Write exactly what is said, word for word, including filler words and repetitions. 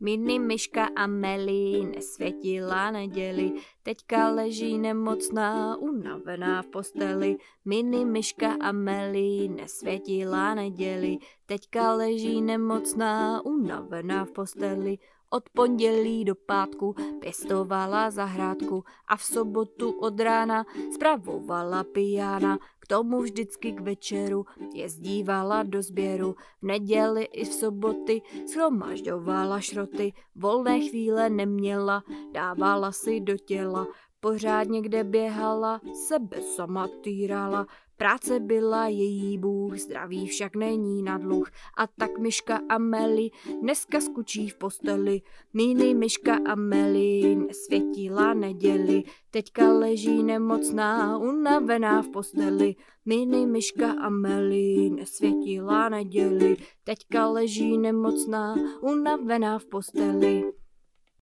Mini myška Amelie nesvětila neděli, teďka leží nemocná, unavená v posteli. Mini myška Amelie nesvětila neděli, teďka leží nemocná, unavená v posteli. Od pondělí do pátku pěstovala zahrádku a v sobotu od rána spravovala pijána. K tomu vždycky k večeru jezdívala do sběru, v neděli i v soboty shromažďovala šroty. Volné chvíle neměla, dávala si do těla, pořád někde běhala, sebe sama týrala. Práce byla její bůh, zdraví však není na dluh. A tak myška Amelie dneska skučí v posteli. Mini myška Amelie nesvětila neděli, teďka leží nemocná, unavená v posteli. Mini myška Amelie nesvětila neděli, teďka leží nemocná, unavená v posteli.